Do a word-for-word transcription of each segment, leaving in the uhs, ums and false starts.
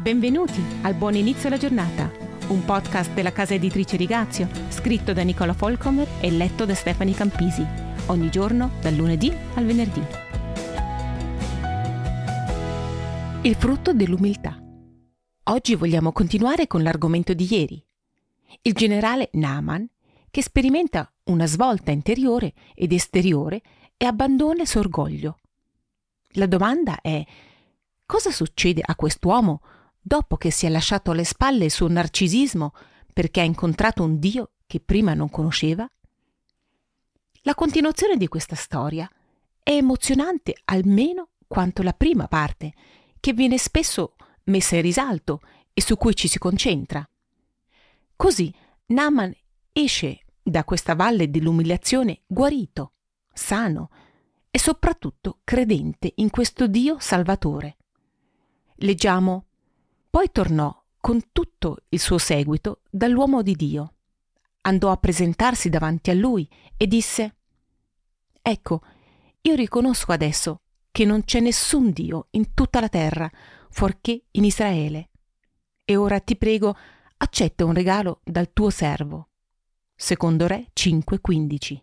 Benvenuti al Buon Inizio alla Giornata, un podcast della casa editrice Rigazio, scritto da Nicola Folcomer e letto da Stefani Campisi, ogni giorno dal lunedì al venerdì. Il frutto dell'umiltà. Oggi vogliamo continuare con l'argomento di ieri. Il generale Naaman, che sperimenta una svolta interiore ed esteriore e abbandona il suo orgoglio. La domanda è: cosa succede a quest'uomo dopo che si è lasciato alle spalle il suo narcisismo perché ha incontrato un Dio che prima non conosceva? La continuazione di questa storia è emozionante almeno quanto la prima parte, che viene spesso messa in risalto e su cui ci si concentra. Così Naaman esce da questa valle dell'umiliazione guarito, sano e soprattutto credente in questo Dio Salvatore. Leggiamo: poi tornò con tutto il suo seguito dall'uomo di Dio. Andò a presentarsi davanti a lui e disse: ecco, io riconosco adesso che non c'è nessun Dio in tutta la terra fuorché in Israele. E ora ti prego, accetta un regalo dal tuo servo. Secondo Re cinque quindici.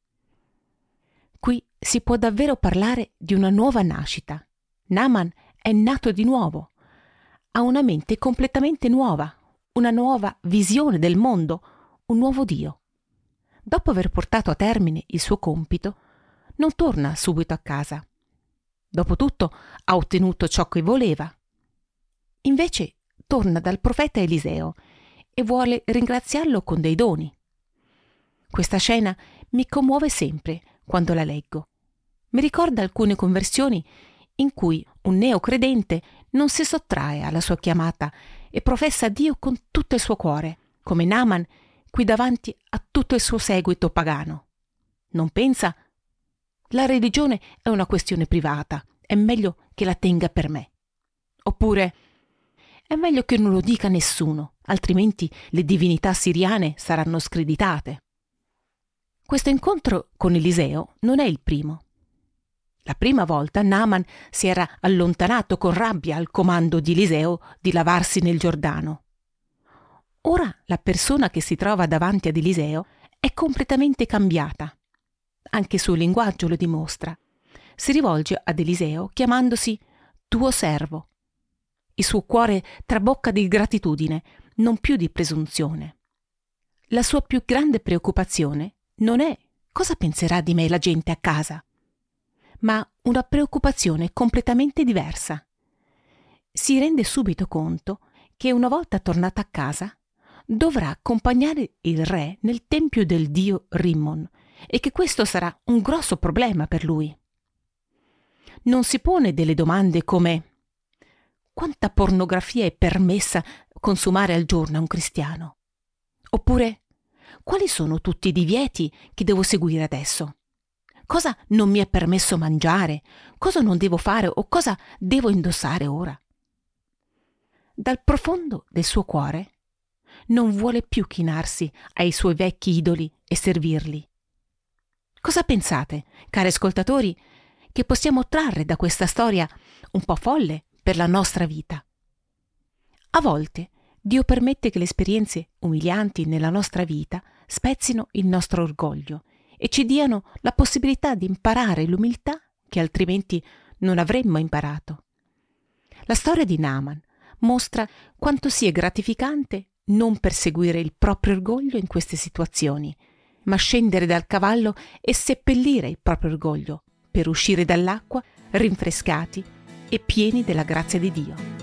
Qui si può davvero parlare di una nuova nascita. Naaman è nato di nuovo. Ha una mente completamente nuova, una nuova visione del mondo, un nuovo Dio. Dopo aver portato a termine il suo compito, non torna subito a casa. Dopotutto ha ottenuto ciò che voleva. Invece torna dal profeta Eliseo e vuole ringraziarlo con dei doni. Questa scena mi commuove sempre quando la leggo. Mi ricorda alcune conversioni in cui un neocredente non si sottrae alla sua chiamata e professa Dio con tutto il suo cuore, come Naaman qui davanti a tutto il suo seguito pagano. Non pensa: la religione è una questione privata, è meglio che la tenga per me. Oppure: è meglio che non lo dica nessuno, altrimenti le divinità siriane saranno screditate. Questo incontro con Eliseo non è il primo. La prima volta Naaman si era allontanato con rabbia al comando di Eliseo di lavarsi nel Giordano. Ora la persona che si trova davanti ad Eliseo è completamente cambiata. Anche il suo linguaggio lo dimostra. Si rivolge ad Eliseo chiamandosi tuo servo. Il suo cuore trabocca di gratitudine, non più di presunzione. La sua più grande preoccupazione non è cosa penserà di me la gente a casa, ma una preoccupazione completamente diversa. Si rende subito conto che una volta tornata a casa dovrà accompagnare il re nel tempio del dio Rimmon e che questo sarà un grosso problema per lui. Non si pone delle domande come: quanta pornografia è permessa consumare al giorno a un cristiano? Oppure: quali sono tutti i divieti che devo seguire adesso? Cosa non mi è permesso mangiare? Cosa non devo fare o cosa devo indossare ora? Dal profondo del suo cuore non vuole più chinarsi ai suoi vecchi idoli e servirli. Cosa pensate, cari ascoltatori, che possiamo trarre da questa storia un po' folle per la nostra vita? A volte Dio permette che le esperienze umilianti nella nostra vita spezzino il nostro orgoglio e ci diano la possibilità di imparare l'umiltà che altrimenti non avremmo imparato. La storia di Naaman mostra quanto sia gratificante non perseguire il proprio orgoglio in queste situazioni, ma scendere dal cavallo e seppellire il proprio orgoglio per uscire dall'acqua rinfrescati e pieni della grazia di Dio.